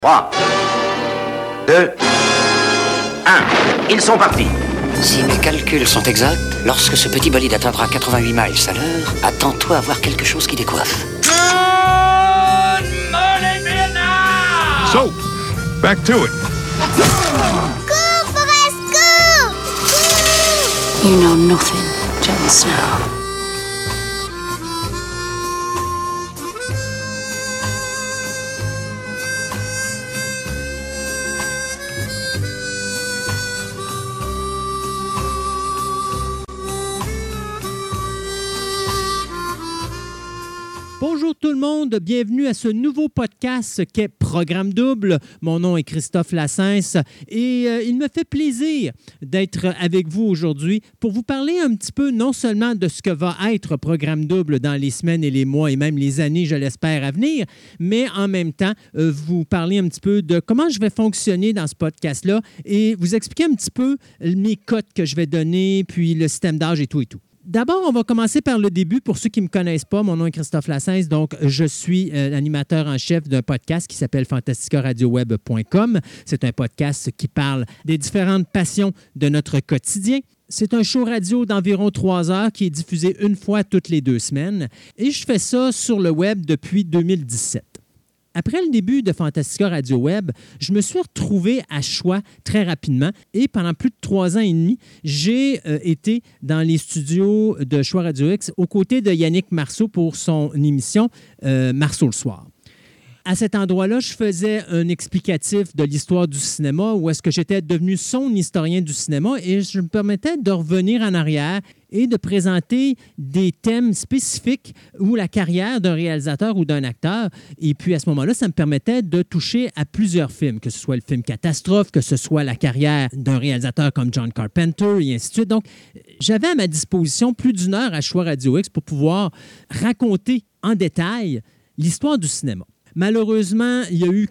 3, 2, 1. Ils sont partis. Si mes calculs sont exacts, lorsque ce petit bolide atteindra 88 miles à l'heure, attends-toi à voir quelque chose qui décoiffe. Good morning, Vietnam! So, back to it. Go, Forrest, go! You know nothing, Jon Snow. Bonjour tout le monde, bienvenue à ce nouveau podcast qu'est Programme Double. Mon nom est Christophe Lassens et il me fait plaisir d'être avec vous aujourd'hui pour vous parler un petit peu non seulement de ce que va être Programme Double dans les semaines et les mois et même les années, je l'espère, à venir, mais en même temps, vous parler un petit peu de comment je vais fonctionner dans ce podcast-là et vous expliquer un petit peu mes cotes que je vais donner, puis le système d'âge et tout et tout. D'abord, on va commencer par le début. Pour ceux qui ne me connaissent pas, mon nom est Christophe Lassens, donc je suis animateur en chef d'un podcast qui s'appelle fantasticaradioweb.com. C'est un podcast qui parle des différentes passions de notre quotidien. C'est un show radio d'environ 3 heures qui est diffusé une fois toutes les 2 semaines et je fais ça sur le web depuis 2017. Après le début de Fantastica Radio Web, je me suis retrouvé à Choix très rapidement et pendant plus de 3 ans et demi, j'ai été dans les studios de Choix Radio X aux côtés de Yannick Marceau pour son émission Marceau le soir. À cet endroit-là, je faisais un explicatif de l'histoire du cinéma où est-ce que j'étais devenu son historien du cinéma et je me permettais de revenir en arrière et de présenter des thèmes spécifiques ou la carrière d'un réalisateur ou d'un acteur. Et puis, à ce moment-là, ça me permettait de toucher à plusieurs films, que ce soit le film Catastrophe, que ce soit la carrière d'un réalisateur comme John Carpenter, et ainsi de suite. Donc, j'avais à ma disposition plus d'1 heure à Choix Radio X pour pouvoir raconter en détail l'histoire du cinéma. Malheureusement, il y a eu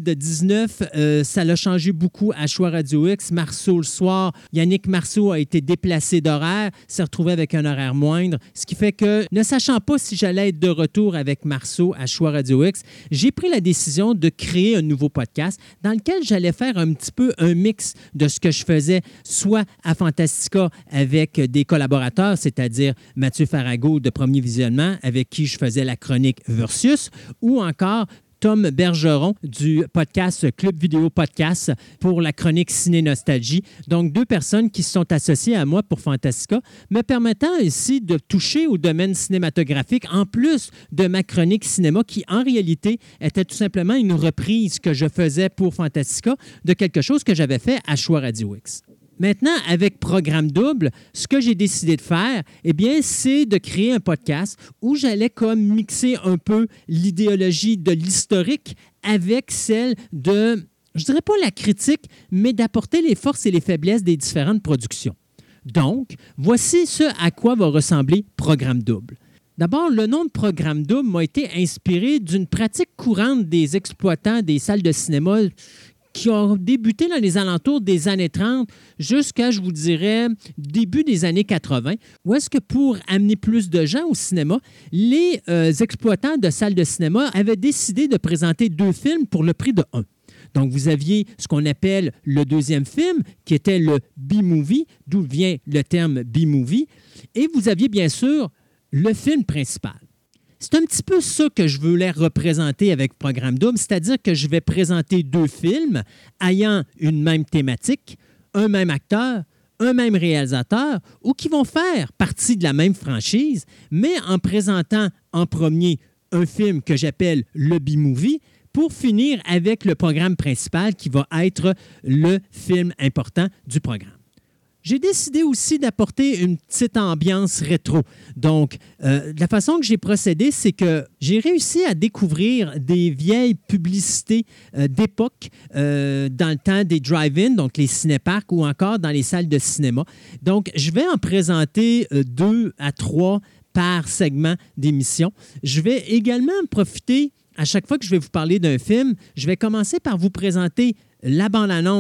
COVID-19. Ça l'a changé beaucoup à Choix Radio X. Marceau le soir, Yannick Marceau a été déplacé d'horaire, s'est retrouvé avec un horaire moindre, ce qui fait que, ne sachant pas si j'allais être de retour avec Marceau à Choix Radio X, j'ai pris la décision de créer un nouveau podcast dans lequel j'allais faire un petit peu un mix de ce que je faisais, soit à Fantastica avec des collaborateurs, c'est-à-dire Mathieu Farago de Premier Visionnement, avec qui je faisais la chronique Versus, ou encore Tom Bergeron du podcast Club Vidéo Podcast pour la chronique Ciné Nostalgie. Donc, 2 personnes qui se sont associées à moi pour Fantastica, me permettant ici de toucher au domaine cinématographique en plus de ma chronique cinéma qui, en réalité, était tout simplement une reprise que je faisais pour Fantastica de quelque chose que j'avais fait à Choix Radio X. Maintenant, avec Programme Double, ce que j'ai décidé de faire, eh bien, c'est de créer un podcast où j'allais comme mixer un peu l'idéologie de l'historique avec celle de, je dirais pas la critique, mais d'apporter les forces et les faiblesses des différentes productions. Donc, voici ce à quoi va ressembler Programme Double. D'abord, le nom de Programme Double m'a été inspiré d'une pratique courante des exploitants des salles de cinéma qui ont débuté dans les alentours des années 30 jusqu'à, je vous dirais, début des années 80, où est-ce que pour amener plus de gens au cinéma, les exploitants de salles de cinéma avaient décidé de présenter 2 films pour le prix de 1. Donc, vous aviez ce qu'on appelle le 2e film, qui était le B-movie, d'où vient le terme B-movie, et vous aviez bien sûr le film principal. C'est un petit peu ça que je voulais représenter avec Programme Double, c'est-à-dire que je vais présenter 2 films ayant une même thématique, un même acteur, un même réalisateur, ou qui vont faire partie de la même franchise, mais en présentant en premier un film que j'appelle le B-movie, pour finir avec le programme principal qui va être le film important du programme. J'ai décidé aussi d'apporter une petite ambiance rétro. Donc, la façon que j'ai procédé, c'est que j'ai réussi à découvrir des vieilles publicités d'époque dans le temps des drive-in, donc les cinéparcs ou encore dans les salles de cinéma. Donc, je vais en présenter 2 à 3 par segment d'émission. Je vais également profiter, à chaque fois que je vais vous parler d'un film, je vais commencer par vous présenter la bande-annonce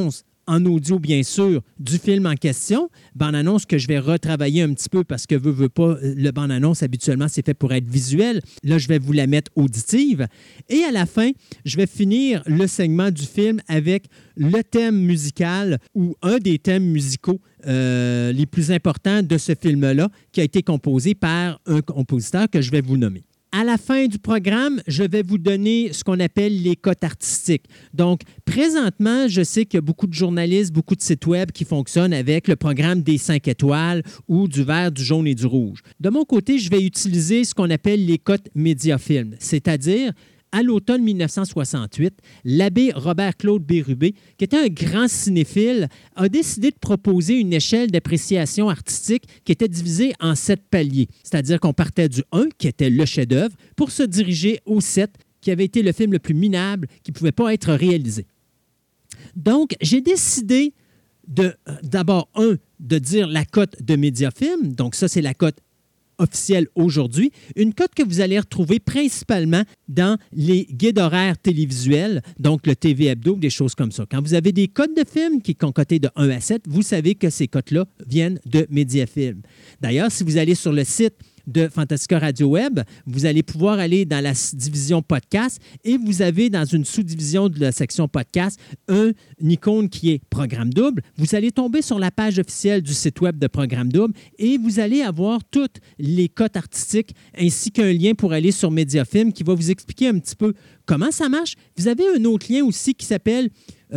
en audio, bien sûr, du film en question. Bande-annonce que je vais retravailler un petit peu parce que veut pas, le bande-annonce, habituellement, c'est fait pour être visuel. Là, je vais vous la mettre auditive. Et à la fin, je vais finir le segment du film avec le thème musical ou un des thèmes musicaux les plus importants de ce film-là qui a été composé par un compositeur que je vais vous nommer. À la fin du programme, je vais vous donner ce qu'on appelle les cotes artistiques. Donc, présentement, je sais qu'il y a beaucoup de journalistes, beaucoup de sites web qui fonctionnent avec le programme des 5 étoiles ou du vert, du jaune et du rouge. De mon côté, je vais utiliser ce qu'on appelle les cotes Mediafilm, c'est-à-dire à l'automne 1968, l'abbé Robert-Claude Bérubé, qui était un grand cinéphile, a décidé de proposer une échelle d'appréciation artistique qui était divisée en 7 paliers. C'est-à-dire qu'on partait du 1, qui était le chef-d'œuvre, pour se diriger au 7, qui avait été le film le plus minable qui ne pouvait pas être réalisé. Donc, j'ai décidé d'abord, de dire la cote de Mediafilm. Donc, ça, c'est la cote officielle aujourd'hui, une cote que vous allez retrouver principalement dans les guides horaires télévisuels, donc le TV Hebdo, des choses comme ça. Quand vous avez des cotes de films qui sont cotées de 1 à 7, vous savez que ces cotes-là viennent de Mediafilm. D'ailleurs, si vous allez sur le site de Fantastica Radio Web, vous allez pouvoir aller dans la division podcast et vous avez dans une sous-division de la section podcast une icône qui est Programme Double. Vous allez tomber sur la page officielle du site web de Programme Double et vous allez avoir toutes les cotes artistiques ainsi qu'un lien pour aller sur Mediafilm qui va vous expliquer un petit peu comment ça marche. Vous avez un autre lien aussi qui s'appelle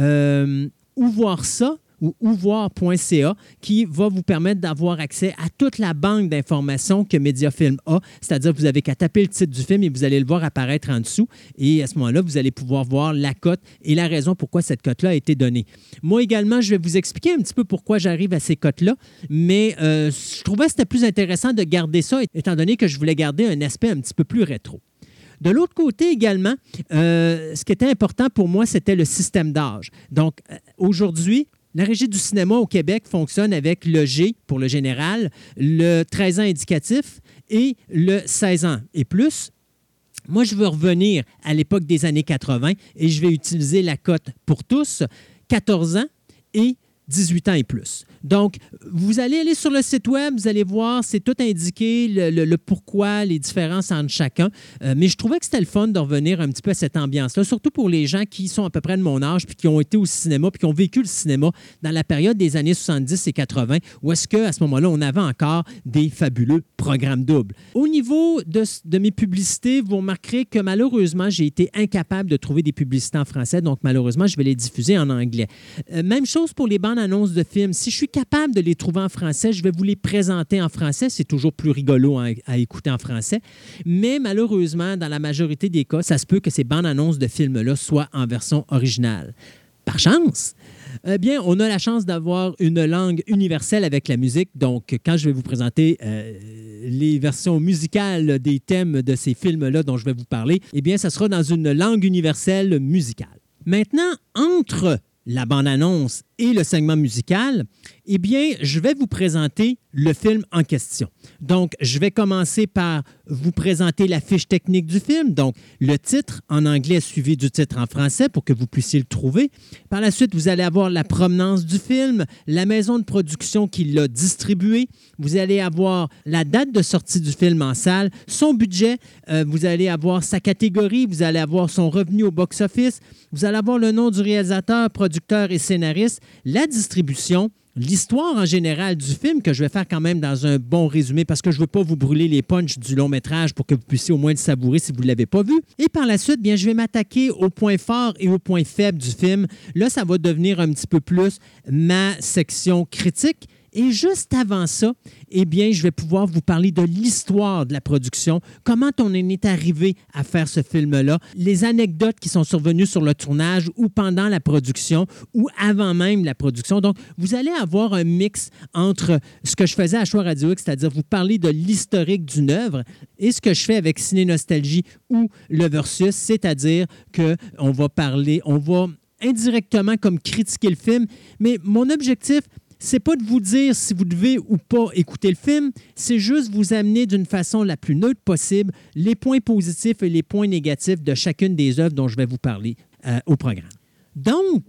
Où voir ça? Ou ouvoir.ca qui va vous permettre d'avoir accès à toute la banque d'informations que Mediafilm a. C'est-à-dire que vous n'avez qu'à taper le titre du film et vous allez le voir apparaître en dessous. Et à ce moment-là, vous allez pouvoir voir la cote et la raison pourquoi cette cote-là a été donnée. Moi également, je vais vous expliquer un petit peu pourquoi j'arrive à ces cotes-là, mais je trouvais que c'était plus intéressant de garder ça, étant donné que je voulais garder un aspect un petit peu plus rétro. De l'autre côté également, ce qui était important pour moi, c'était le système d'âge. Donc, aujourd'hui, la Régie du cinéma au Québec fonctionne avec le G pour le général, le 13 ans indicatif et le 16 ans et plus. Moi, je veux revenir à l'époque des années 80 et je vais utiliser la cote pour tous, 14 ans et 18 ans et plus. Donc, vous allez aller sur le site web, vous allez voir, c'est tout indiqué, le pourquoi, les différences entre chacun. Mais je trouvais que c'était le fun de revenir un petit peu à cette ambiance-là, surtout pour les gens qui sont à peu près de mon âge puis qui ont été au cinéma puis qui ont vécu le cinéma dans la période des années 70 et 80, où est-ce qu'à ce moment-là, on avait encore des fabuleux programmes doubles. Au niveau de mes publicités, vous remarquerez que malheureusement, j'ai été incapable de trouver des publicités en français, donc malheureusement, je vais les diffuser en anglais. Même chose pour les bandes annonces de films. Si je suis capable de les trouver en français, je vais vous les présenter en français. C'est toujours plus rigolo à écouter en français. Mais malheureusement, dans la majorité des cas, ça se peut que ces bandes annonces de films-là soient en version originale. Par chance, eh bien, on a la chance d'avoir une langue universelle avec la musique. Donc, quand je vais vous présenter les versions musicales des thèmes de ces films-là dont je vais vous parler, eh bien, ça sera dans une langue universelle musicale. Maintenant, entre la bande-annonce et le segment musical, eh bien, je vais vous présenter le film en question. Donc, je vais commencer par vous présenter la fiche technique du film, donc le titre en anglais suivi du titre en français pour que vous puissiez le trouver. Par la suite, vous allez avoir la provenance du film, la maison de production qui l'a distribué. Vous allez avoir la date de sortie du film en salle, son budget, vous allez avoir sa catégorie, vous allez avoir son revenu au box-office, vous allez avoir le nom du réalisateur, producteur et scénariste, la distribution, l'histoire en général du film, que je vais faire quand même dans un bon résumé parce que je ne veux pas vous brûler les punchs du long métrage pour que vous puissiez au moins le savourer si vous ne l'avez pas vu. Et par la suite, bien, je vais m'attaquer aux points forts et aux points faibles du film. Là, ça va devenir un petit peu plus ma section critique. Et juste avant ça, eh bien, je vais pouvoir vous parler de l'histoire de la production, comment on en est arrivé à faire ce film-là, les anecdotes qui sont survenues sur le tournage ou pendant la production ou avant même la production. Donc, vous allez avoir un mix entre ce que je faisais à Choix Radio X, c'est-à-dire vous parler de l'historique d'une œuvre, et ce que je fais avec Ciné Nostalgie ou le Versus, c'est-à-dire qu'on va parler, on va indirectement comme critiquer le film, mais mon objectif, c'est pas de vous dire si vous devez ou pas écouter le film, c'est juste vous amener d'une façon la plus neutre possible les points positifs et les points négatifs de chacune des œuvres dont je vais vous parler au programme. Donc,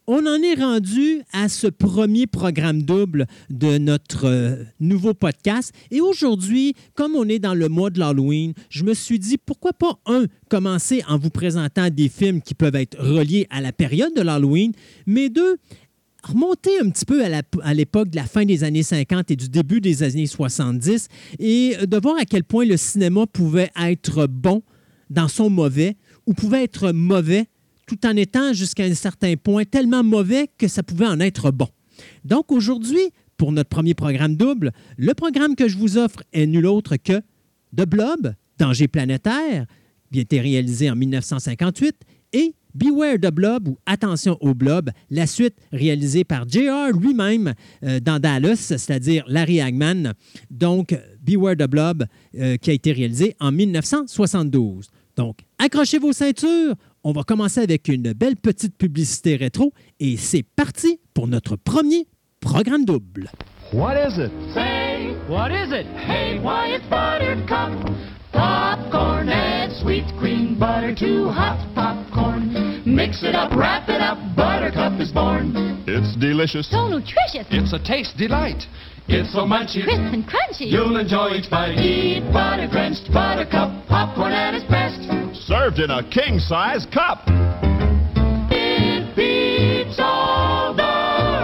On en est rendu à ce premier programme double de notre nouveau podcast. Et aujourd'hui, comme on est dans le mois de l'Halloween, je me suis dit, pourquoi pas, commencer en vous présentant des films qui peuvent être reliés à la période de l'Halloween, mais deux, remonter un petit peu à l'époque de la fin des années 50 et du début des années 70 et de voir à quel point le cinéma pouvait être bon dans son mauvais ou pouvait être mauvais tout en étant jusqu'à un certain point tellement mauvais que ça pouvait en être bon. Donc aujourd'hui, pour notre premier programme double, le programme que je vous offre est nul autre que The Blob, Danger planétaire, qui a été réalisé en 1958, et Beware the Blob ou Attention au Blob, la suite réalisée par J.R. lui-même dans Dallas, c'est-à-dire Larry Hagman. Donc, Beware the Blob qui a été réalisé en 1972. Donc, accrochez vos ceintures. On va commencer avec une belle petite publicité rétro et c'est parti pour notre premier programme double. What is it? Say, what is it? Hey, why, it's Buttercup. Popcorn and sweet cream butter, too hot popcorn. Mix it up, wrap it up, Buttercup is born. It's delicious. So nutritious. It's a taste delight. It's so munchy, Crisp and crunchy. you'll enjoy each bite. Eat butter-drenched Buttercup popcorn at its best. Served in a king-size cup. It beats all the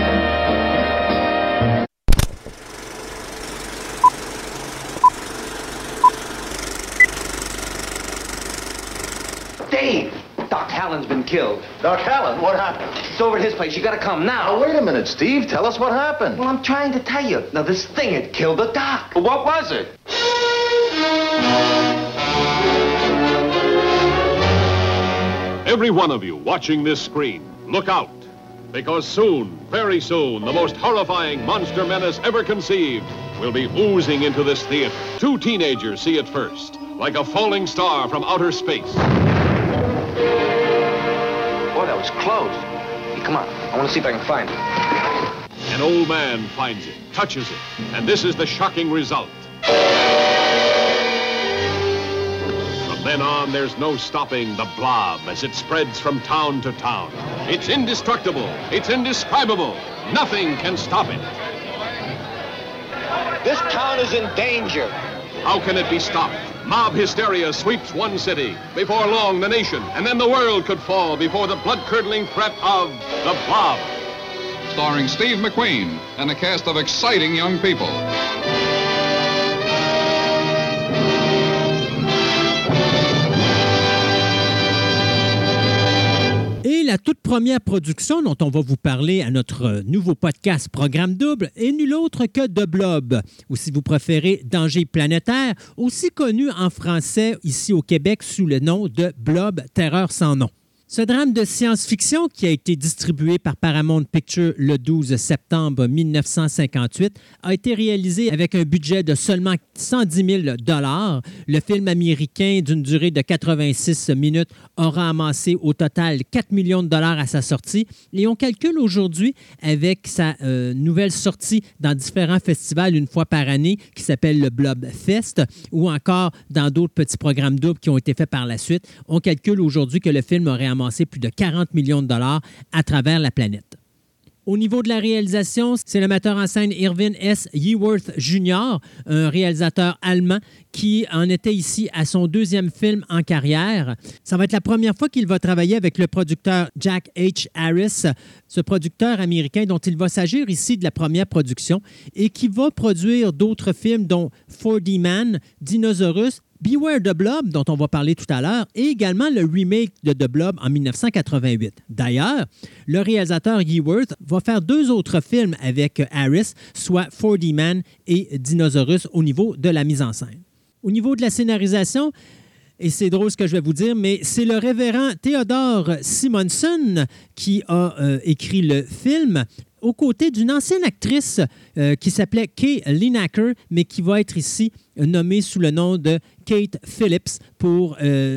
rest. Dave! Doc Hallen's been killed. Doc Hallen, what happened? It's over at his place. You gotta come now. Now, wait a minute, Steve. Tell us what happened. Well, I'm trying to tell you. Now, this thing had killed the doc. Well, what was it? Every one of you watching this screen, look out. Because soon, very soon, the most horrifying monster menace ever conceived will be oozing into this theater. Two teenagers see it first, like a falling star from outer space. Boy, that was close. Hey, come on. I want to see if I can find it. An old man finds it, touches it, and this is the shocking result. From then on, there's no stopping the blob as it spreads from town to town. It's indestructible. It's indescribable. Nothing can stop it. This town is in danger. How can it be stopped? Mob hysteria sweeps one city. Before long, the nation, and then the world could fall before the blood-curdling threat of the Blob. Starring Steve McQueen and a cast of exciting young people. Et la toute première production dont on va vous parler à notre nouveau podcast Programme Double est nulle autre que The Blob, ou si vous préférez Danger planétaire, aussi connu en français ici au Québec sous le nom de Blob Terreur sans nom. Ce drame de science-fiction qui a été distribué par Paramount Pictures le 12 septembre 1958 a été réalisé avec un budget de seulement 110 000 $. Le film américain d'une durée de 86 minutes aura amassé au total 4 millions de $ à sa sortie et on calcule aujourd'hui avec sa nouvelle sortie dans différents festivals une fois par année qui s'appelle le Blob Fest ou encore dans d'autres petits programmes doubles qui ont été faits par la suite. On calcule aujourd'hui que le film aurait amassé plus de 40 millions de $ à travers la planète. Au niveau de la réalisation, c'est le metteur en scène Irvin S. Yeworth Jr., un réalisateur allemand qui en était ici à son deuxième film en carrière. Ça va être la première fois qu'il va travailler avec le producteur Jack H. Harris, ce producteur américain dont il va s'agir ici de la première production et qui va produire d'autres films dont 4D Man, Dinosaurus, Beware the Blob, dont on va parler tout à l'heure, et également le remake de The Blob en 1988. D'ailleurs, le réalisateur Yeworth va faire deux autres films avec Harris, soit 4D Man et Dinosaurus au niveau de la mise en scène. Au niveau de la scénarisation, et c'est drôle ce que je vais vous dire, mais c'est le révérend Theodore Simonson qui a écrit le film aux côtés d'une ancienne actrice qui s'appelait Kay Lineker, mais qui va être ici nommée sous le nom de Kate Phillips pour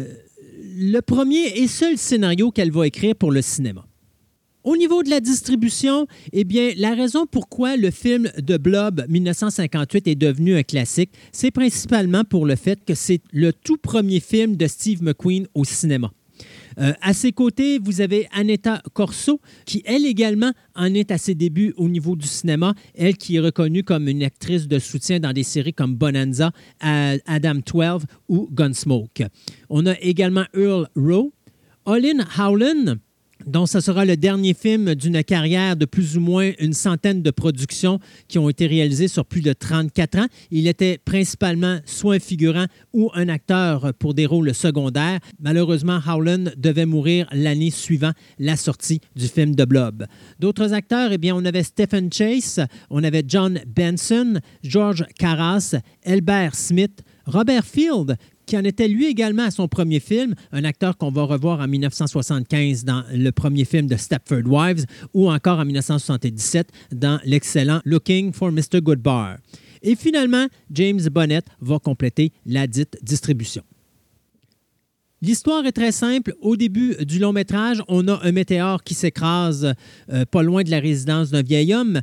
le premier et seul scénario qu'elle va écrire pour le cinéma. Au niveau de la distribution, eh bien, la raison pourquoi le film de Blob 1958 est devenu un classique, c'est principalement pour le fait que c'est le tout premier film de Steve McQueen au cinéma. À ses côtés, vous avez Annetta Corso, qui, elle également, en est à ses débuts au niveau du cinéma. Elle qui est reconnue comme une actrice de soutien dans des séries comme Bonanza, Adam 12 ou Gunsmoke. On a également Earl Rowe, Olin Howland, dont ce sera le dernier film d'une carrière de plus ou moins une centaine de productions qui ont été réalisées sur plus de 34 ans. Il était principalement soit un figurant ou un acteur pour des rôles secondaires. Malheureusement, Howland devait mourir l'année suivant la sortie du film de Blob. D'autres acteurs, eh bien, on avait Stephen Chase, on avait John Benson, George Carras, Elbert Smith, Robert Field, qui en était lui également à son premier film, un acteur qu'on va revoir en 1975 dans le premier film de Stepford Wives ou encore en 1977 dans l'excellent Looking for Mr. Goodbar. Et finalement, James Bonnet va compléter la dite distribution. L'histoire est très simple. Au début du long métrage, on a un météore qui s'écrase pas loin de la résidence d'un vieil homme.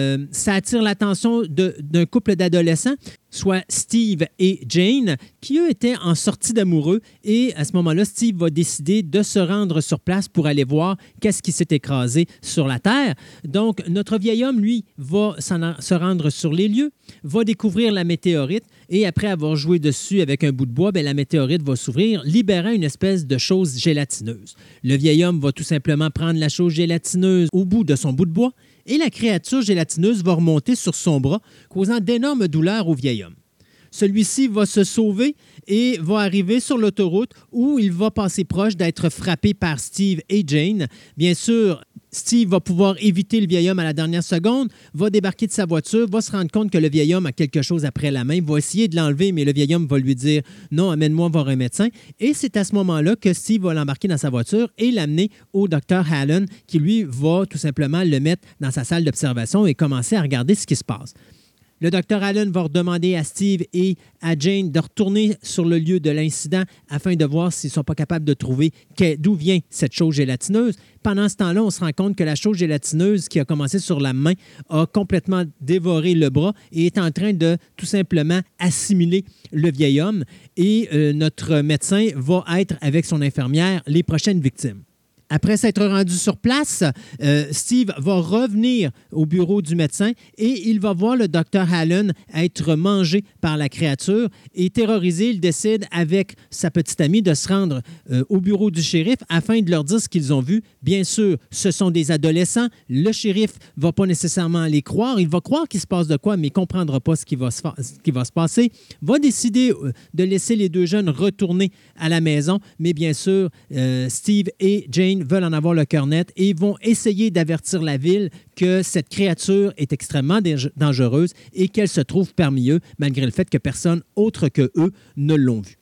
Ça attire l'attention d'un couple d'adolescents, soit Steve et Jane, qui eux étaient en sortie d'amoureux. Et à ce moment-là, Steve va décider de se rendre sur place pour aller voir qu'est-ce qui s'est écrasé sur la Terre. Donc, notre vieil homme, lui, va se rendre sur les lieux, va découvrir la météorite et après avoir joué dessus avec un bout de bois, bien, la météorite va s'ouvrir, libérant une espèce de chose gélatineuse. Le vieil homme va tout simplement prendre la chose gélatineuse au bout de son bout de bois et la créature gélatineuse va remonter sur son bras, causant d'énormes douleurs au vieil homme. Celui-ci va se sauver et va arriver sur l'autoroute où il va passer proche d'être frappé par Steve et Jane. Bien sûr, Steve va pouvoir éviter le vieil homme à la dernière seconde, va débarquer de sa voiture, va se rendre compte que le vieil homme a quelque chose après la main, va essayer de l'enlever, mais le vieil homme va lui dire « Non, amène-moi voir un médecin ». Et c'est à ce moment-là que Steve va l'embarquer dans sa voiture et l'amener au Dr. Allen, qui lui va tout simplement le mettre dans sa salle d'observation et commencer à regarder ce qui se passe. Le Dr. Allen va demander à Steve et à Jane de retourner sur le lieu de l'incident afin de voir s'ils ne sont pas capables de trouver d'où vient cette chose gélatineuse. Pendant ce temps-là, on se rend compte que la chose gélatineuse qui a commencé sur la main a complètement dévoré le bras et est en train de tout simplement assimiler le vieil homme. Et notre médecin va être avec son infirmière les prochaines victimes. Après s'être rendu sur place, Steve va revenir au bureau du médecin et il va voir le Dr. Allen être mangé par la créature et terrorisé, il décide avec sa petite amie de se rendre au bureau du shérif afin de leur dire ce qu'ils ont vu. Bien sûr, ce sont des adolescents. Le shérif ne va pas nécessairement les croire. Il va croire qu'il se passe de quoi, mais il ne comprendra pas ce qui va se passer. Va décider de laisser les deux jeunes retourner à la maison, mais bien sûr, Steve et Jane veulent en avoir le cœur net et vont essayer d'avertir la ville que cette créature est extrêmement dangereuse et qu'elle se trouve parmi eux, malgré le fait que personne autre que eux ne l'ont vue.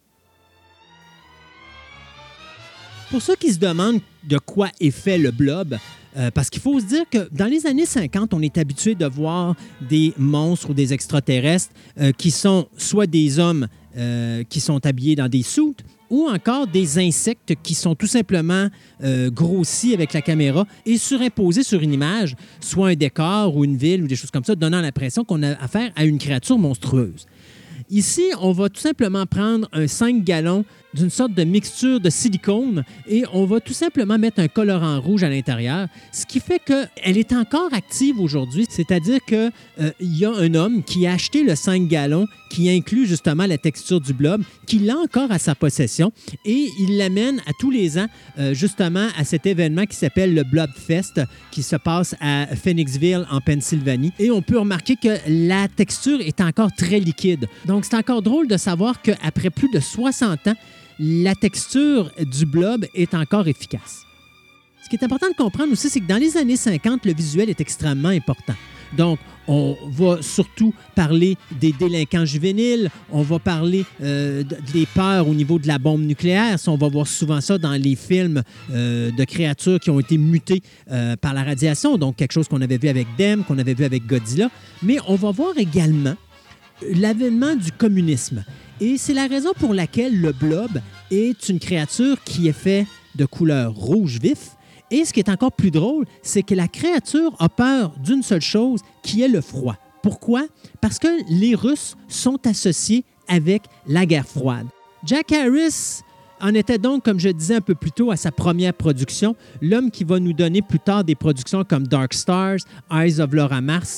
Pour ceux qui se demandent de quoi est fait le blob, parce qu'il faut se dire que dans les années 50, on est habitué de voir des monstres ou des extraterrestres qui sont soit des hommes qui sont habillés dans des soutes ou encore des insectes qui sont tout simplement grossis avec la caméra et surimposés sur une image, soit un décor ou une ville ou des choses comme ça, donnant l'impression qu'on a affaire à une créature monstrueuse. Ici, on va tout simplement prendre un 5 gallons d'une sorte de mixture de silicone et on va tout simplement mettre un colorant rouge à l'intérieur, ce qui fait qu'elle est encore active aujourd'hui, c'est-à-dire qu'il y a un homme qui a acheté le 5 gallons qui inclut justement la texture du blob, qui l'a encore à sa possession et il l'amène à tous les ans justement à cet événement qui s'appelle le Blob Fest qui se passe à Phoenixville en Pennsylvanie et on peut remarquer que la texture est encore très liquide. Donc c'est encore drôle de savoir qu'après plus de 60 ans, la texture du blob est encore efficace. Ce qui est important de comprendre aussi, c'est que dans les années 50, le visuel est extrêmement important. Donc, on va surtout parler des délinquants juvéniles, on va parler des peurs au niveau de la bombe nucléaire. On va voir souvent ça dans les films de créatures qui ont été mutées par la radiation, donc quelque chose qu'on avait vu avec Dem, qu'on avait vu avec Godzilla. Mais on va voir également l'avènement du communisme. Et c'est la raison pour laquelle le blob est une créature qui est faite de couleur rouge vif. Et ce qui est encore plus drôle, c'est que la créature a peur d'une seule chose, qui est le froid. Pourquoi? Parce que les Russes sont associés avec la guerre froide. Jack Harris en était donc, comme je disais un peu plus tôt, à sa première production, l'homme qui va nous donner plus tard des productions comme Dark Stars, Eyes of Laura Mars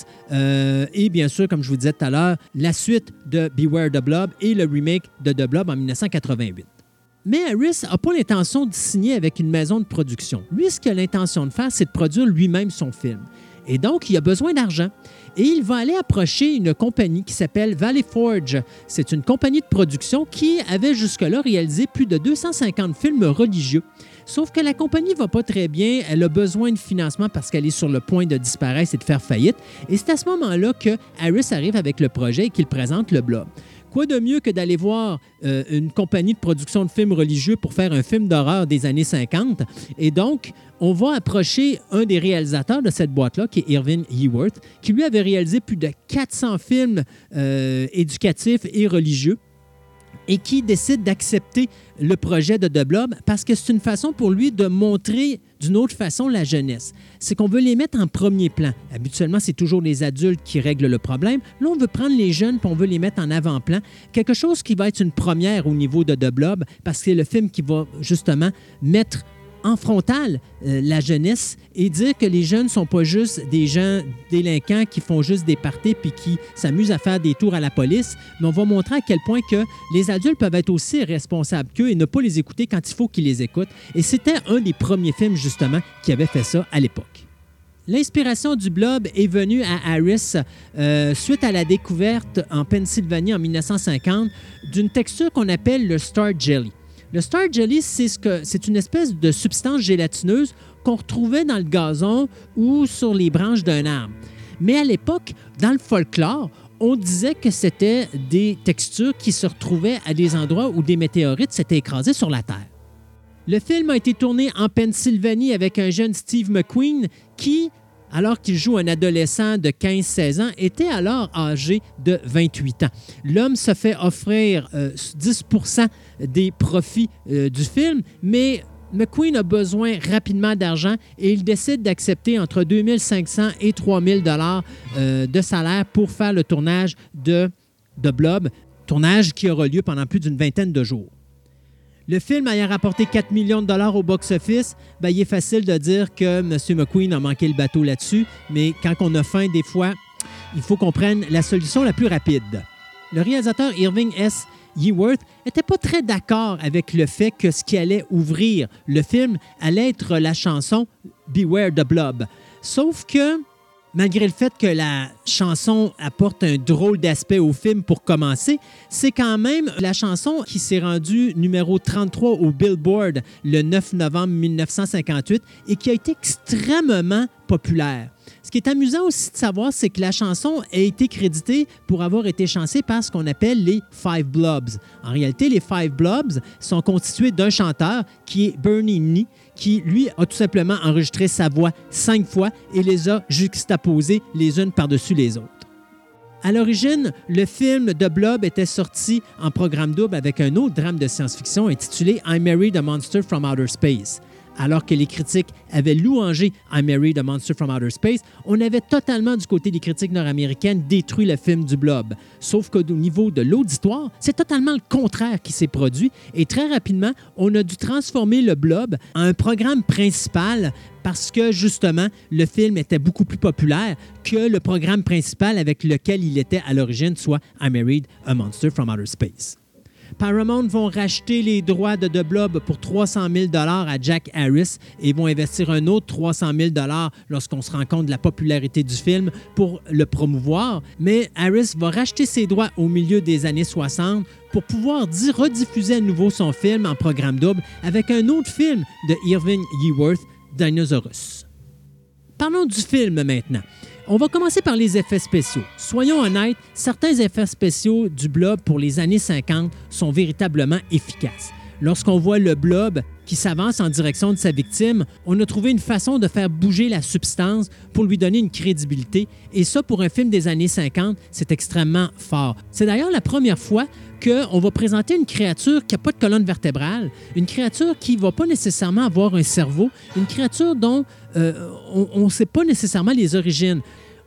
et bien sûr, comme je vous disais tout à l'heure, la suite de Beware the Blob et le remake de The Blob en 1988. Mais Harris n'a pas l'intention de signer avec une maison de production. Lui, ce qu'il a l'intention de faire, c'est de produire lui-même son film. Et donc, il a besoin d'argent. Et il va aller approcher une compagnie qui s'appelle Valley Forge. C'est une compagnie de production qui avait jusque-là réalisé plus de 250 films religieux. Sauf que la compagnie ne va pas très bien. Elle a besoin de financement parce qu'elle est sur le point de disparaître et de faire faillite. Et c'est à ce moment-là que Harris arrive avec le projet et qu'il présente le Blob. Quoi de mieux que d'aller voir une compagnie de production de films religieux pour faire un film d'horreur des années 50? Et donc, on va approcher un des réalisateurs de cette boîte-là, qui est Irving Yeworth, qui lui avait réalisé plus de 400 films éducatifs et religieux et qui décide d'accepter le projet de The Blob parce que c'est une façon pour lui de montrer d'une autre façon la jeunesse. C'est qu'on veut les mettre en premier plan. Habituellement, c'est toujours les adultes qui règlent le problème. Là, on veut prendre les jeunes et on veut les mettre en avant-plan. Quelque chose qui va être une première au niveau de The Blob parce que c'est le film qui va justement mettre en frontal la jeunesse et dire que les jeunes ne sont pas juste des gens délinquants qui font juste des parties puis qui s'amusent à faire des tours à la police, mais on va montrer à quel point que les adultes peuvent être aussi responsables qu'eux et ne pas les écouter quand il faut qu'ils les écoutent. Et c'était un des premiers films, justement, qui avait fait ça à l'époque. L'inspiration du Blob est venue à Harris suite à la découverte en Pennsylvanie en 1950 d'une texture qu'on appelle le Star Jelly. Le Star Jelly, c'est une espèce de substance gélatineuse qu'on retrouvait dans le gazon ou sur les branches d'un arbre. Mais à l'époque, dans le folklore, on disait que c'était des textures qui se retrouvaient à des endroits où des météorites s'étaient écrasés sur la Terre. Le film a été tourné en Pennsylvanie avec un jeune Steve McQueen qui, alors qu'il joue un adolescent de 15-16 ans, était alors âgé de 28 ans. L'homme se fait offrir 10 % des profits du film, mais McQueen a besoin rapidement d'argent et il décide d'accepter entre 2 500 et 3 000 $ de salaire pour faire le tournage de The Blob, tournage qui aura lieu pendant plus d'une vingtaine de jours. Le film ayant rapporté 4 millions de $ au box-office, il est facile de dire que M. McQueen a manqué le bateau là-dessus, mais quand on a faim, des fois, il faut qu'on prenne la solution la plus rapide. Le réalisateur Irving S. Yeworth n'était pas très d'accord avec le fait que ce qui allait ouvrir le film allait être la chanson « Beware the Blob ». Sauf que, malgré le fait que la chanson apporte un drôle d'aspect au film pour commencer, c'est quand même la chanson qui s'est rendue numéro 33 au Billboard le 9 novembre 1958 et qui a été extrêmement populaire. Ce qui est amusant aussi de savoir, c'est que la chanson a été créditée pour avoir été chantée par ce qu'on appelle les Five Blobs. En réalité, les Five Blobs sont constitués d'un chanteur qui est Bernie Nee, qui, lui, a tout simplement enregistré sa voix 5 fois et les a juxtaposées les unes par-dessus les autres. À l'origine, le film The Blob était sorti en programme double avec un autre drame de science-fiction intitulé I Married a Monster from Outer Space. Alors que les critiques avaient louangé I Married a Monster from Outer Space, on avait totalement, du côté des critiques nord-américaines, détruit le film du Blob. Sauf qu'au niveau de l'auditoire, c'est totalement le contraire qui s'est produit. Et très rapidement, on a dû transformer le Blob en un programme principal parce que, justement, le film était beaucoup plus populaire que le programme principal avec lequel il était à l'origine, soit I Married a Monster from Outer Space. Paramount vont racheter les droits de The Blob pour 300 000 $ à Jack Harris et vont investir un autre 300 000 $ lorsqu'on se rend compte de la popularité du film pour le promouvoir. Mais Harris va racheter ses droits au milieu des années 60 pour pouvoir rediffuser à nouveau son film en programme double avec un autre film de Irving Yeworth, Dinosaurus. Parlons du film maintenant. On va commencer par les effets spéciaux. Soyons honnêtes, certains effets spéciaux du Blob pour les années 50 sont véritablement efficaces. Lorsqu'on voit le Blob qui s'avance en direction de sa victime, on a trouvé une façon de faire bouger la substance pour lui donner une crédibilité. Et ça, pour un film des années 50, c'est extrêmement fort. C'est d'ailleurs la première fois qu'on va présenter une créature qui n'a pas de colonne vertébrale, une créature qui ne va pas nécessairement avoir un cerveau, une créature dont on ne sait pas nécessairement les origines.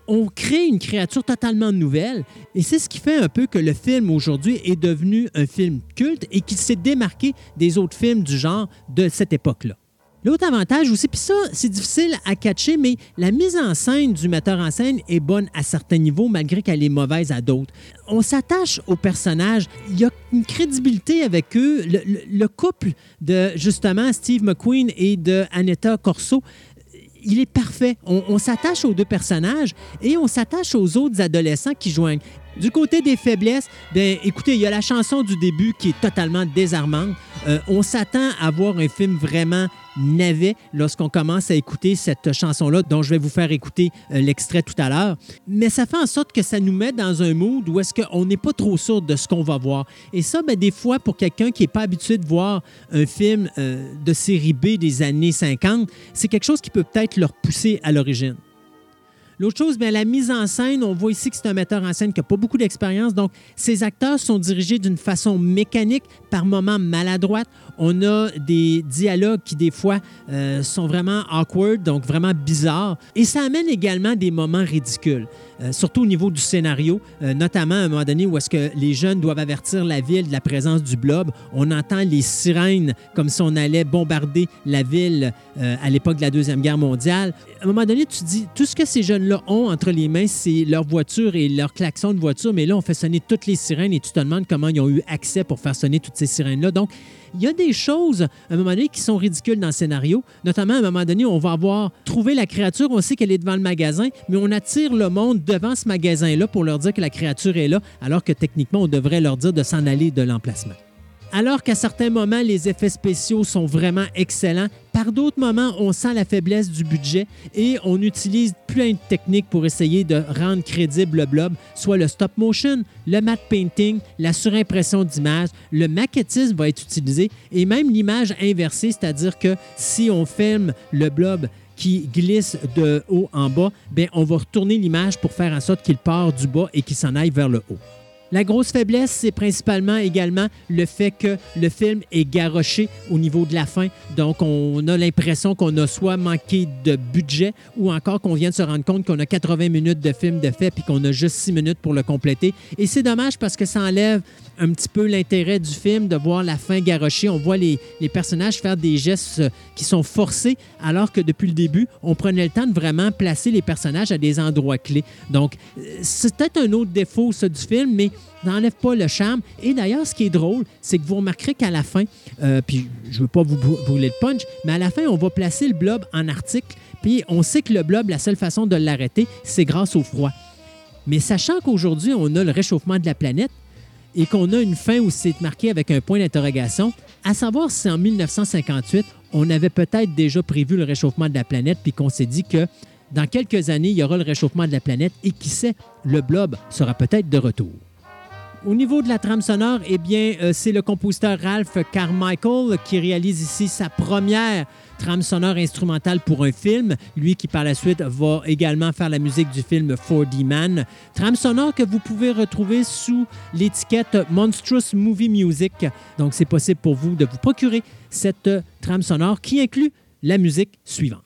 on crée une créature totalement nouvelle et c'est ce qui fait un peu que le film aujourd'hui est devenu un film culte et qu'il s'est démarqué des autres films du genre de cette époque-là. L'autre avantage aussi, puis ça, c'est difficile à catcher, mais la mise en scène du metteur en scène est bonne à certains niveaux, malgré qu'elle est mauvaise à d'autres. On s'attache aux personnages. Il y a une crédibilité avec eux. Le couple de, justement, Steve McQueen et de Annetta Corso, il est parfait. On s'attache aux deux personnages et on s'attache aux autres adolescents qui joignent. Du côté des faiblesses, bien, écoutez, il y a la chanson du début qui est totalement désarmante. On s'attend à voir un film vraiment navet lorsqu'on commence à écouter cette chanson-là, dont je vais vous faire écouter l'extrait tout à l'heure. Mais ça fait en sorte que ça nous met dans un mood où est-ce qu'on n'est pas trop sûr de ce qu'on va voir. Et ça, bien, des fois, pour quelqu'un qui n'est pas habitué de voir un film de série B des années 50, c'est quelque chose qui peut peut-être leur pousser à l'origine. L'autre chose, bien, la mise en scène, on voit ici que c'est un metteur en scène qui n'a pas beaucoup d'expérience. Donc, ces acteurs sont dirigés d'une façon mécanique, par moments maladroite. On a des dialogues qui, des fois, sont vraiment awkward, donc vraiment bizarres. Et ça amène également des moments ridicules, surtout au niveau du scénario, notamment à un moment donné où est-ce que les jeunes doivent avertir la ville de la présence du blob. On entend les sirènes comme si on allait bombarder la ville à l'époque de la Deuxième Guerre mondiale. À un moment donné, tu te dis, tout ce que ces jeunes-là ont entre les mains, c'est leur voiture et leur klaxon de voiture, mais là, on fait sonner toutes les sirènes et tu te demandes comment ils ont eu accès pour faire sonner toutes ces sirènes-là. Donc, il y a des choses, à un moment donné, qui sont ridicules dans le scénario. Notamment, à un moment donné, on va avoir trouvé la créature, on sait qu'elle est devant le magasin, mais on attire le monde devant ce magasin-là pour leur dire que la créature est là, alors que techniquement, on devrait leur dire de s'en aller de l'emplacement. Alors qu'à certains moments, les effets spéciaux sont vraiment excellents, par d'autres moments, on sent la faiblesse du budget et on utilise plein de techniques pour essayer de rendre crédible le blob, soit le stop motion, le matte painting, la surimpression d'images, le maquettisme va être utilisé et même l'image inversée, c'est-à-dire que si on filme le blob qui glisse de haut en bas, bien, on va retourner l'image pour faire en sorte qu'il part du bas et qu'il s'en aille vers le haut. La grosse faiblesse, c'est principalement également le fait que le film est garroché au niveau de la fin. Donc, on a l'impression qu'on a soit manqué de budget ou encore qu'on vient de se rendre compte qu'on a 80 minutes de film de fait puis qu'on a juste 6 minutes pour le compléter. Et c'est dommage parce que ça enlève un petit peu l'intérêt du film de voir la fin garrochée. On voit les personnages faire des gestes qui sont forcés alors que depuis le début, on prenait le temps de vraiment placer les personnages à des endroits clés. Donc, c'est peut-être un autre défaut, ça, du film, mais n'enlève pas le charme. Et d'ailleurs, ce qui est drôle, c'est que vous remarquerez qu'à la fin, puis je ne veux pas vous brûler le punch, mais à la fin, on va placer le blob en article, puis on sait que le blob, la seule façon de l'arrêter, c'est grâce au froid. Mais sachant qu'aujourd'hui, on a le réchauffement de la planète et qu'on a une fin où c'est marqué avec un point d'interrogation, à savoir si en 1958, on avait peut-être déjà prévu le réchauffement de la planète puis qu'on s'est dit que dans quelques années, il y aura le réchauffement de la planète et qui sait, le blob sera peut-être de retour. Au niveau de la trame sonore, eh bien, c'est le compositeur Ralph Carmichael qui réalise ici sa première trame sonore instrumentale pour un film. Lui qui, par la suite, va également faire la musique du film 4D Man. Trame sonore que vous pouvez retrouver sous l'étiquette Monstrous Movie Music. Donc, c'est possible pour vous de vous procurer cette trame sonore qui inclut la musique suivante.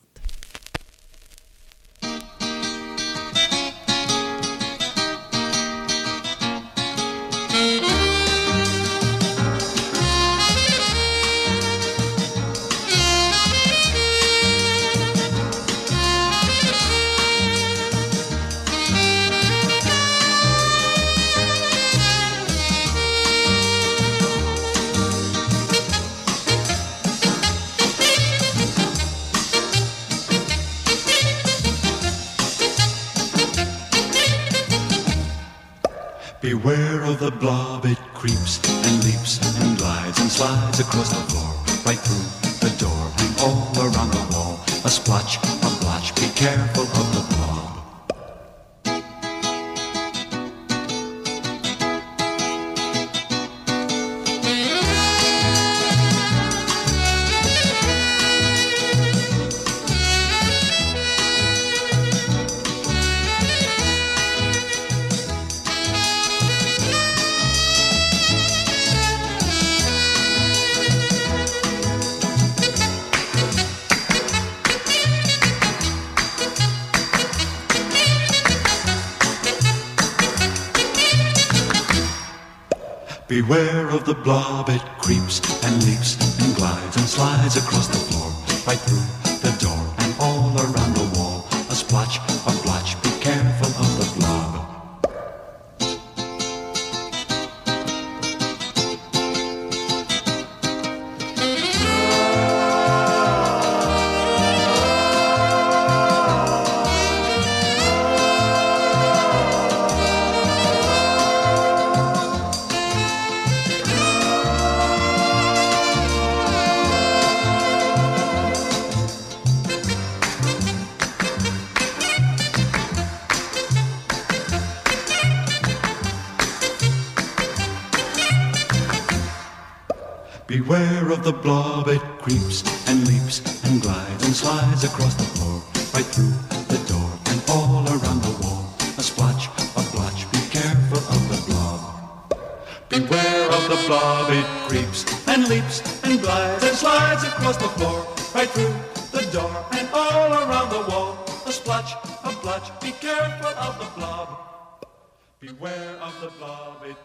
Beware of the blob, it creeps and leaps and glides and slides across the floor, right through the door and all around the wall. A splotch, a blotch, be careful of the blob. Beware of the blob, it creeps and leaps and glides and slides across the floor, right through the door and all around the wall. A splotch, a blotch, be careful of the blob. Beware of the blob, it creeps and leaps and glides and slides across the floor, right through the door and all around the wall. A splotch, a blotch, be careful of the blob. Beware of the blob, it creeps and leaps and glides and slides across the floor, right through the door and all around the wall. A splotch, a blotch, be careful of the blob. Beware of the blob, it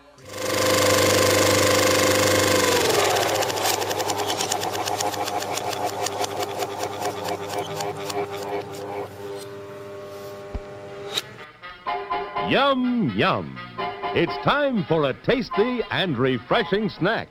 Yum, yum. It's time for a tasty and refreshing snack.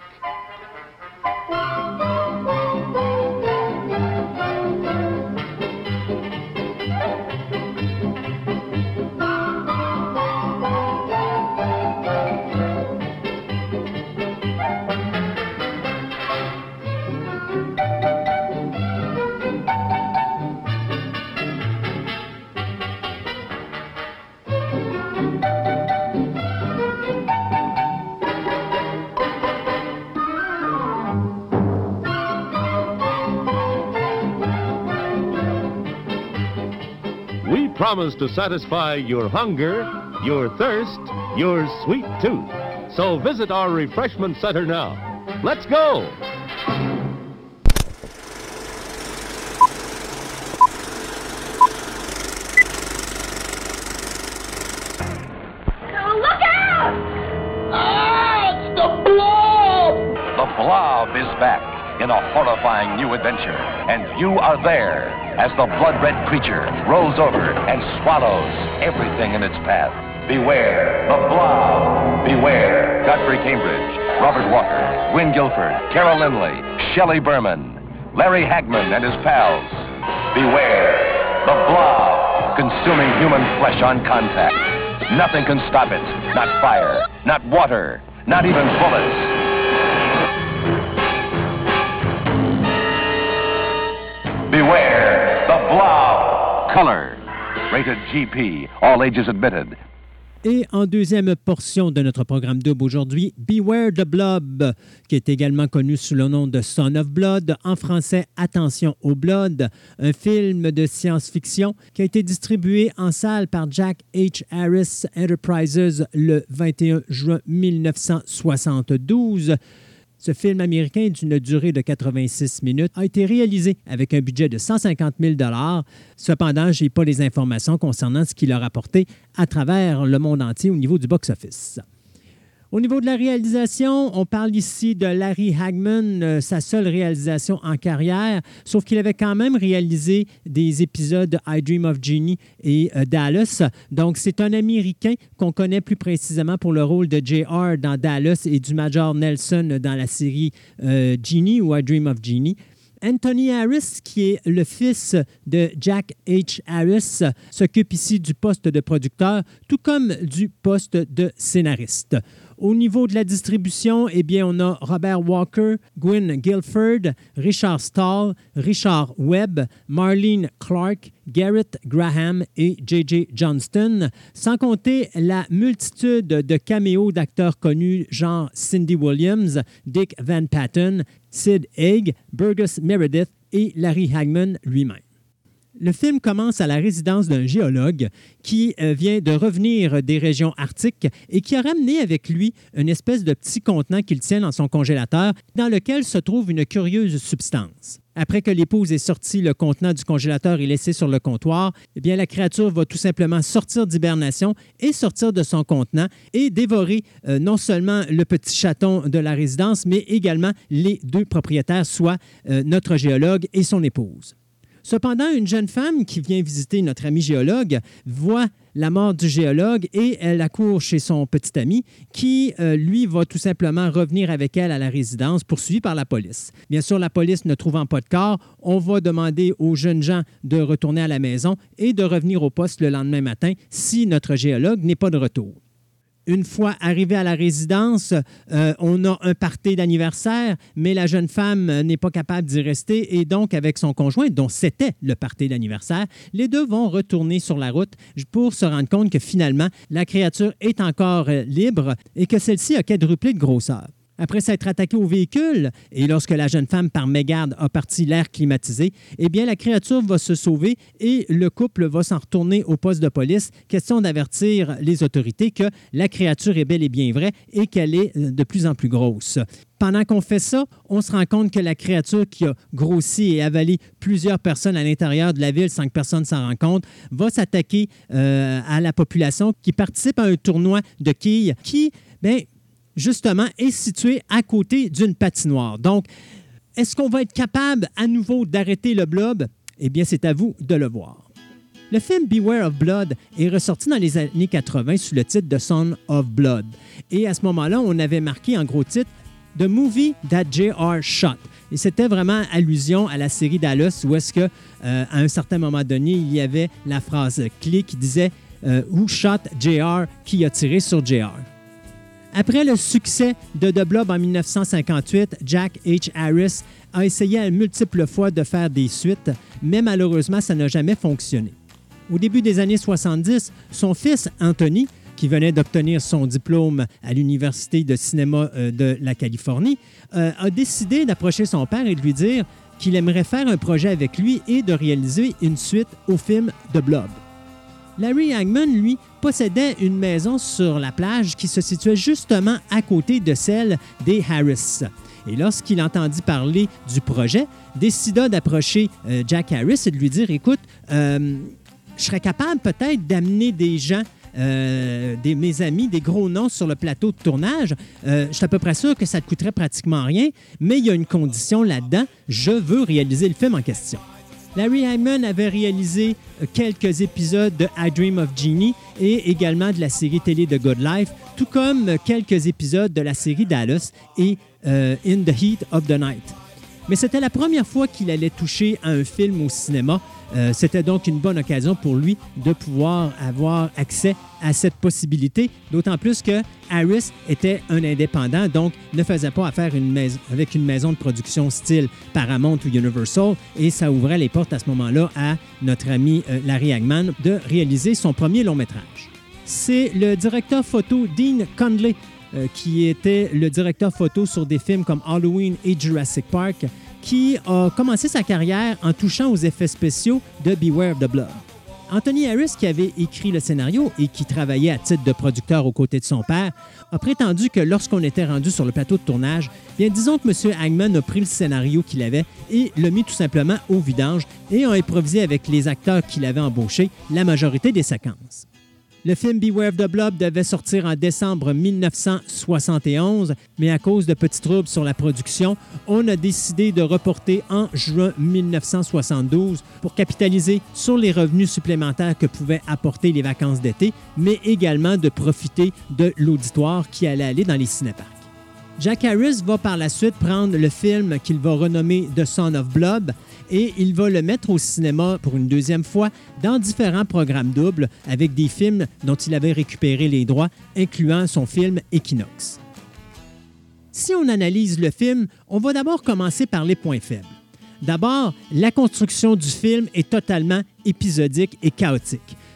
Promise to satisfy your hunger, your thirst, your sweet tooth. So visit our refreshment center now. Let's go! Look out! Ah, it's the Blob! The Blob is back in a horrifying new adventure, and you are there as the blood-red creature rolls over and swallows everything in its path. Beware, the Blob! Beware, Godfrey Cambridge, Robert Walker, Gwyn Guilford, Carol Lindley, Shelley Berman, Larry Hagman and his pals. Beware, the Blob, consuming human flesh on contact. Nothing can stop it, not fire, not water, not even bullets. Beware, the Blob. Color. Rated GP. All ages admitted. Et en deuxième portion de notre programme double aujourd'hui, Beware the Blob, qui est également connu sous le nom de Son of Blood, en français Attention au Blood, un film de science-fiction qui a été distribué en salle par Jack H. Harris Enterprises le 21 juin 1972. Ce film américain d'une durée de 86 minutes a été réalisé avec un budget de 150 000 $. Cependant, je n'ai pas les informations concernant ce qu'il a rapporté à travers le monde entier au niveau du box-office. Au niveau de la réalisation, on parle ici de Larry Hagman, sa seule réalisation en carrière, sauf qu'il avait quand même réalisé des épisodes de I Dream of Jeannie et Dallas. Donc, c'est un Américain qu'on connaît plus précisément pour le rôle de J.R. dans Dallas et du Major Nelson dans la série Jeannie ou I Dream of Jeannie. Anthony Harris, qui est le fils de Jack H. Harris, s'occupe ici du poste de producteur, tout comme du poste de scénariste. Au niveau de la distribution, eh bien, on a Robert Walker, Gwyn Guilford, Richard Stahl, Richard Webb, Marlene Clark, Garrett Graham et J.J. Johnston, sans compter la multitude de caméos d'acteurs connus genre Cindy Williams, Dick Van Patten, Sid Haig, Burgess Meredith et Larry Hagman lui-même. Le film commence à la résidence d'un géologue qui vient de revenir des régions arctiques et qui a ramené avec lui une espèce de petit contenant qu'il tient dans son congélateur dans lequel se trouve une curieuse substance. Après que l'épouse ait sorti le contenant du congélateur et laissé sur le comptoir, eh bien, la créature va tout simplement sortir d'hibernation et sortir de son contenant et dévorer non seulement le petit chaton de la résidence, mais également les deux propriétaires, soit notre géologue et son épouse. Cependant, une jeune femme qui vient visiter notre ami géologue voit la mort du géologue et elle accourt chez son petit ami qui, lui, va tout simplement revenir avec elle à la résidence, poursuivi par la police. Bien sûr, la police ne trouvant pas de corps, on va demander aux jeunes gens de retourner à la maison et de revenir au poste le lendemain matin si notre géologue n'est pas de retour. Une fois arrivé à la résidence, on a un party d'anniversaire, mais la jeune femme n'est pas capable d'y rester et donc avec son conjoint, dont c'était le party d'anniversaire, les deux vont retourner sur la route pour se rendre compte que finalement, la créature est encore libre et que celle-ci a quadruplé de grosseur. Après s'être attaqué au véhicule, et lorsque la jeune femme, par mégarde, a parti l'air climatisé, eh bien, la créature va se sauver et le couple va s'en retourner au poste de police, question d'avertir les autorités que la créature est bel et bien vraie et qu'elle est de plus en plus grosse. Pendant qu'on fait ça, on se rend compte que la créature qui a grossi et avalé plusieurs personnes à l'intérieur de la ville sans que personne s'en rende compte, va s'attaquer à la population qui participe à un tournoi de quilles qui, bien, justement, est situé à côté d'une patinoire. Donc, est-ce qu'on va être capable à nouveau d'arrêter le blob? Eh bien, c'est à vous de le voir. Le film Beware of Blood est ressorti dans les années 80 sous le titre de Son of Blood. Et à ce moment-là, on avait marqué en gros titre The Movie That J.R. Shot. Et c'était vraiment allusion à la série Dallas où est-ce que, à un certain moment donné, il y avait la phrase clé qui disait Who shot J.R. Qui a tiré sur J.R. Après le succès de The Blob en 1958, Jack H. Harris a essayé à multiples fois de faire des suites, mais malheureusement, ça n'a jamais fonctionné. Au début des années 70, son fils Anthony, qui venait d'obtenir son diplôme à l'Université de cinéma de la Californie, a décidé d'approcher son père et de lui dire qu'il aimerait faire un projet avec lui et de réaliser une suite au film The Blob. Larry Hagman, lui, possédait une maison sur la plage qui se situait justement à côté de celle des Harris. Et lorsqu'il entendit parler du projet, décida d'approcher Jack Harris et de lui dire « Écoute, je serais capable peut-être d'amener des gens, mes amis, des gros noms sur le plateau de tournage. Je suis à peu près sûr que ça te coûterait pratiquement rien, mais il y a une condition là-dedans, je veux réaliser le film en question. » Larry Hagman avait réalisé quelques épisodes de I Dream of Jeannie et également de la série télé The Good Life, tout comme quelques épisodes de la série Dallas et In the Heat of the Night. Mais c'était la première fois qu'il allait toucher à un film au cinéma. C'était donc une bonne occasion pour lui de pouvoir avoir accès à cette possibilité, d'autant plus que Harris était un indépendant, donc ne faisait pas affaire avec une maison de production style Paramount ou Universal, et ça ouvrait les portes à ce moment-là à notre ami Larry Hagman de réaliser son premier long-métrage. C'est le directeur photo Dean Conley qui était le directeur photo sur des films comme Halloween et Jurassic Park, qui a commencé sa carrière en touchant aux effets spéciaux de Beware of the Blood. Anthony Harris, qui avait écrit le scénario et qui travaillait à titre de producteur aux côtés de son père, a prétendu que lorsqu'on était rendu sur le plateau de tournage, bien disons que M. Hagman a pris le scénario qu'il avait et l'a mis tout simplement au vidange et a improvisé avec les acteurs qu'il avait embauchés la majorité des séquences. Le film Beware of the Blob devait sortir en décembre 1971, mais à cause de petits troubles sur la production, on a décidé de reporter en juin 1972 pour capitaliser sur les revenus supplémentaires que pouvaient apporter les vacances d'été, mais également de profiter de l'auditoire qui allait aller dans les cinéparcs. Jack Harris va par la suite prendre le film qu'il va renommer The Son of Blob et il va le mettre au cinéma pour une deuxième fois dans différents programmes doubles avec des films dont il avait récupéré les droits, incluant son film Equinox. Si on analyse le film, on va d'abord commencer par les points faibles. D'abord, la construction du film est totalement épisodique et chaotique.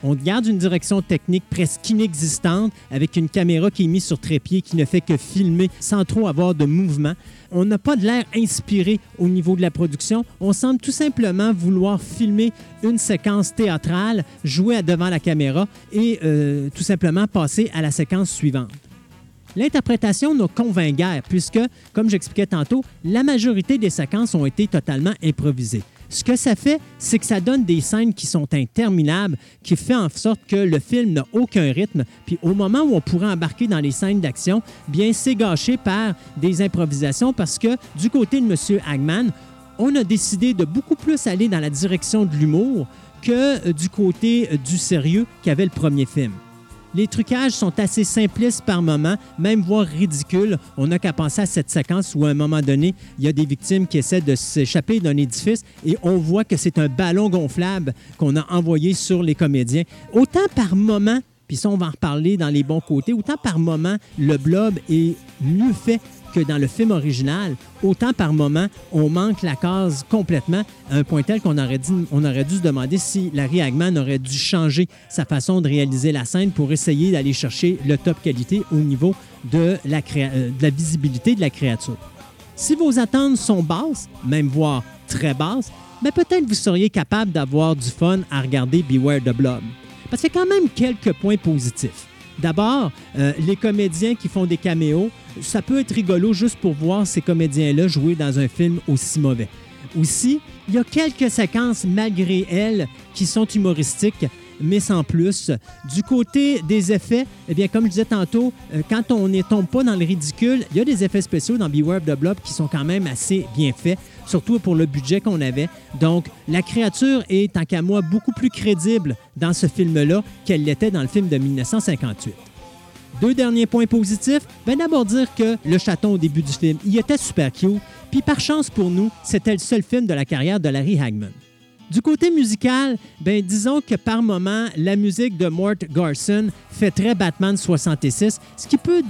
On garde une direction technique presque inexistante avec une caméra qui est mise sur trépied qui ne fait que filmer sans trop avoir de mouvement. On n'a pas de l'air inspiré au niveau de la production. On semble tout simplement vouloir filmer une séquence théâtrale, jouer devant la caméra et tout simplement passer à la séquence suivante. L'interprétation nous convainc guère puisque, comme j'expliquais tantôt, la majorité des séquences ont été totalement improvisées. Ce que ça fait, c'est que ça donne des scènes qui sont interminables, qui fait en sorte que le film n'a aucun rythme. Puis au moment où on pourrait embarquer dans les scènes d'action, bien c'est gâché par des improvisations parce que du côté de M. Hagman, on a décidé de beaucoup plus aller dans la direction de l'humour que du côté du sérieux qu'avait le premier film. Les trucages sont assez simplistes par moments, même voire ridicules. On n'a qu'à penser à cette séquence où, à un moment donné, il y a des victimes qui essaient de s'échapper d'un édifice et on voit que c'est un ballon gonflable qu'on a envoyé sur les comédiens. Autant par moment, puis ça, on va en reparler dans les bons côtés, autant par moment, le blob est mieux fait que dans le film original, autant par moment, on manque la case complètement à un point tel qu'on aurait dû se demander si Larry Hagman aurait dû changer sa façon de réaliser la scène pour essayer d'aller chercher le top qualité au niveau de la visibilité de la créature. Si vos attentes sont basses, même voire très basses, bien peut-être vous seriez capable d'avoir du fun à regarder Beware the Blob. Parce qu'il y a quand même quelques points positifs. D'abord, les comédiens qui font des caméos, ça peut être rigolo juste pour voir ces comédiens-là jouer dans un film aussi mauvais. Aussi, il y a quelques séquences, malgré elles, qui sont humoristiques, mais sans plus. Du côté des effets, eh bien, comme je disais tantôt, quand on ne tombe pas dans le ridicule, il y a des effets spéciaux dans Beware the Blob qui sont quand même assez bien faits, surtout pour le budget qu'on avait. Donc, la créature est, tant qu'à moi, beaucoup plus crédible dans ce film-là qu'elle l'était dans le film de 1958. Deux derniers points positifs. Bien, d'abord dire que le chaton au début du film, il était super cute. Puis par chance pour nous, c'était le seul film de la carrière de Larry Hagman. Du côté musical, bien, disons que par moment, la musique de Mort Garson fait très Batman 66, ce qui peut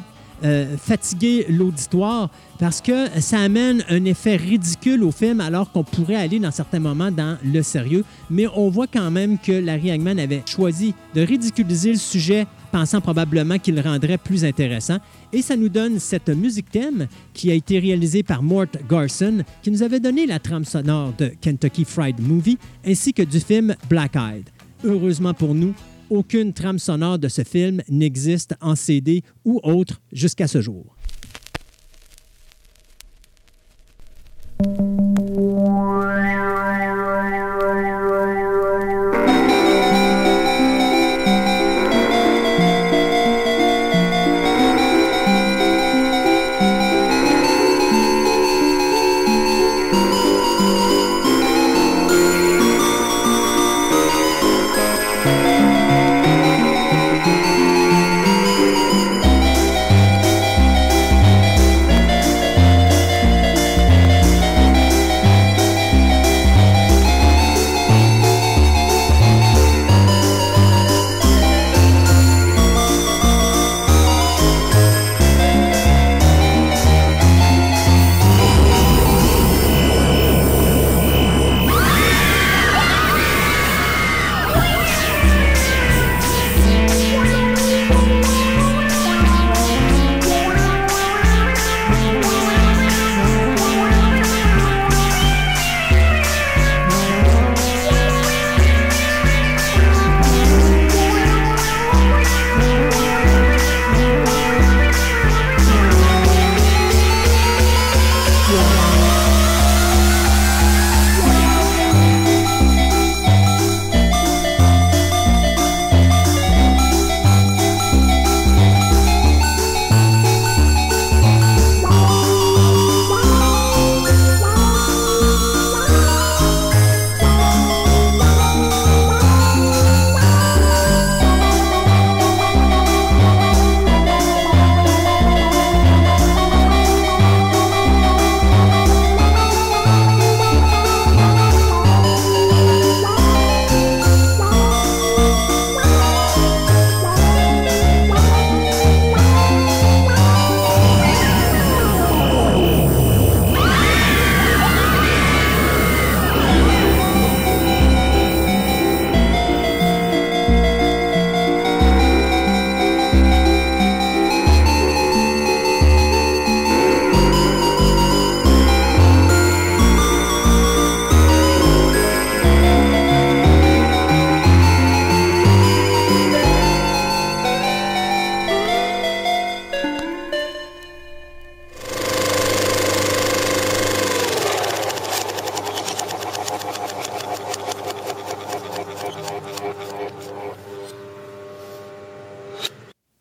fatiguer l'auditoire parce que ça amène un effet ridicule au film alors qu'on pourrait aller dans certains moments dans le sérieux. Mais on voit quand même que Larry Hagman avait choisi de ridiculiser le sujet pensant probablement qu'il le rendrait plus intéressant. Et ça nous donne cette musique thème qui a été réalisée par Mort Garson, qui nous avait donné la trame sonore de Kentucky Fried Movie ainsi que du film Black Eyed. Heureusement pour nous, aucune trame sonore de ce film n'existe en CD ou autre jusqu'à ce jour.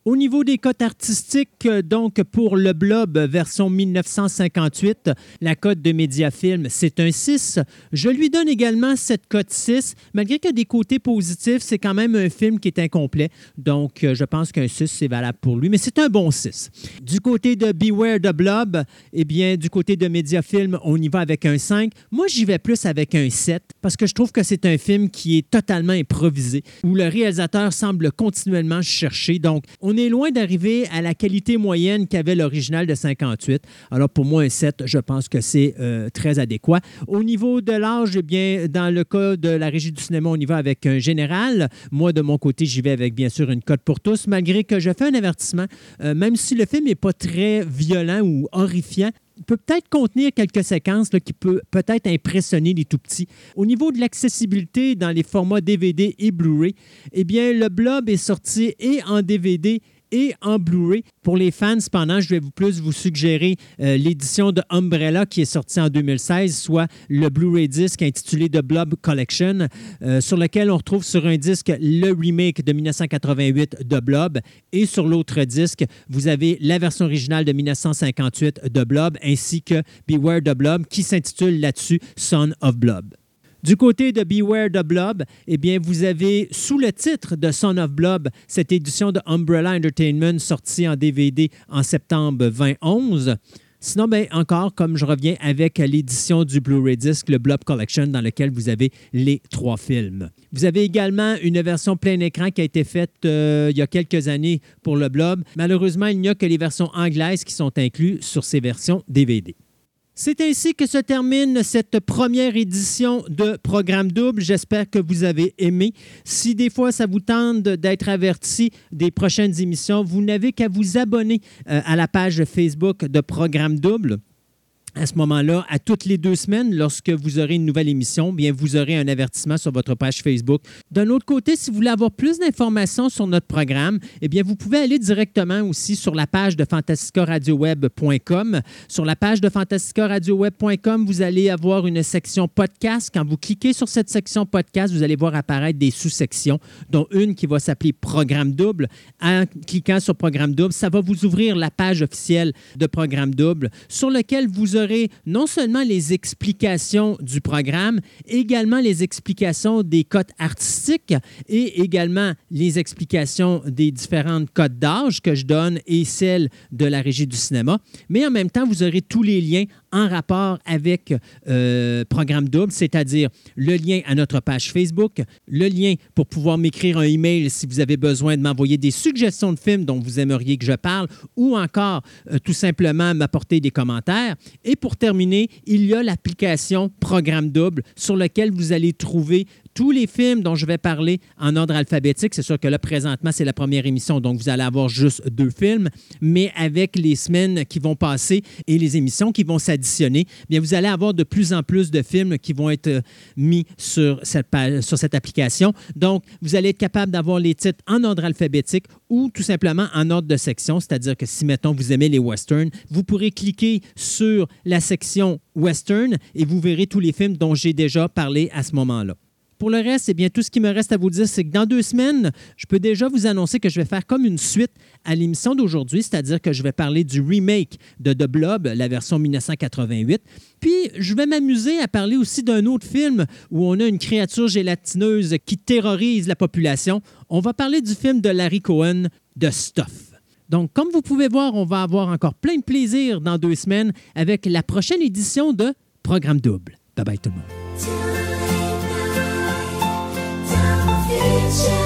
Au niveau des cotes artistiques, donc pour le Blob version 1958, la cote de Mediafilm, c'est un 6. Je lui donne également cette cote 6. Malgré qu'il y a des côtés positifs, c'est quand même un film qui est incomplet. Donc, je pense qu'un 6, c'est valable pour lui, mais c'est un bon 6. Du côté de Beware the Blob, eh bien, du côté de Mediafilm, on y va avec un 5. Moi, j'y vais plus avec un 7 parce que je trouve que c'est un film qui est totalement improvisé, où le réalisateur semble continuellement chercher. Donc, on est loin d'arriver à la qualité moyenne qu'avait l'original de 58. Alors, pour moi, un 7, je pense que c'est très adéquat. Au niveau de l'âge, eh bien, dans le cas de la Régie du cinéma, on y va avec un général. Moi, de mon côté, j'y vais avec, bien sûr, une cote pour tous, malgré que je fais un avertissement. Même si le film n'est pas très violent ou horrifiant, il peut peut-être contenir quelques séquences là, qui peut-être impressionner les tout-petits. Au niveau de l'accessibilité dans les formats DVD et Blu-ray, eh bien, le Blob est sorti et en DVD et en Blu-ray. Pour les fans, cependant, je vais vous suggérer l'édition de Umbrella qui est sortie en 2016, soit le Blu-ray disc intitulé The Blob Collection, sur lequel on retrouve sur un disque le remake de 1988 de Blob et sur l'autre disque, vous avez la version originale de 1958 de Blob ainsi que Beware the Blob qui s'intitule là-dessus Son of Blob. Du côté de Beware the Blob, eh bien, vous avez sous le titre de Son of Blob cette édition de Umbrella Entertainment sortie en DVD en septembre 2011. Sinon, bien, encore, comme je reviens avec l'édition du Blu-ray disc, le Blob Collection, dans lequel vous avez les 3 films. Vous avez également une version plein écran qui a été faite il y a quelques années pour le Blob. Malheureusement, il n'y a que les versions anglaises qui sont incluses sur ces versions DVD. C'est ainsi que se termine cette première édition de Programme Double. J'espère que vous avez aimé. Si des fois ça vous tente d'être averti des prochaines émissions, vous n'avez qu'à vous abonner à la page Facebook de Programme Double. À ce moment-là, à toutes les 2 semaines, lorsque vous aurez une nouvelle émission, bien, vous aurez un avertissement sur votre page Facebook. D'un autre côté, si vous voulez avoir plus d'informations sur notre programme, eh bien, vous pouvez aller directement aussi sur la page de fantasticaradioweb.com. Sur la page de fantasticaradioweb.com, vous allez avoir une section podcast. Quand vous cliquez sur cette section podcast, vous allez voir apparaître des sous-sections, dont une qui va s'appeler Programme Double. En cliquant sur Programme Double, ça va vous ouvrir la page officielle de Programme Double, sur laquelle vous aurez non seulement les explications du programme, également les explications des cotes artistiques et également les explications des différentes cotes d'âge que je donne et celles de la Régie du cinéma. Mais en même temps, vous aurez tous les liens en rapport avec Programme Double, c'est-à-dire le lien à notre page Facebook, le lien pour pouvoir m'écrire un email si vous avez besoin de m'envoyer des suggestions de films dont vous aimeriez que je parle ou encore tout simplement m'apporter des commentaires. Et pour terminer, il y a l'application Programme Double sur laquelle vous allez trouver tous les films dont je vais parler en ordre alphabétique. C'est sûr que là, présentement, c'est la première émission, donc vous allez avoir juste 2 films, mais avec les semaines qui vont passer et les émissions qui vont s'additionner, bien, vous allez avoir de plus en plus de films qui vont être mis sur cette application. Donc, vous allez être capable d'avoir les titres en ordre alphabétique ou tout simplement en ordre de section, c'est-à-dire que si, mettons, vous aimez les westerns, vous pourrez cliquer sur la section western et vous verrez tous les films dont j'ai déjà parlé à ce moment-là. Pour le reste, eh bien, tout ce qui me reste à vous dire, c'est que dans 2 semaines, je peux déjà vous annoncer que je vais faire comme une suite à l'émission d'aujourd'hui, c'est-à-dire que je vais parler du remake de The Blob, la version 1988. Puis, je vais m'amuser à parler aussi d'un autre film où on a une créature gélatineuse qui terrorise la population. On va parler du film de Larry Cohen, The Stuff. Donc, comme vous pouvez voir, on va avoir encore plein de plaisir dans 2 semaines avec la prochaine édition de Programme Double. Bye bye tout le monde. Future.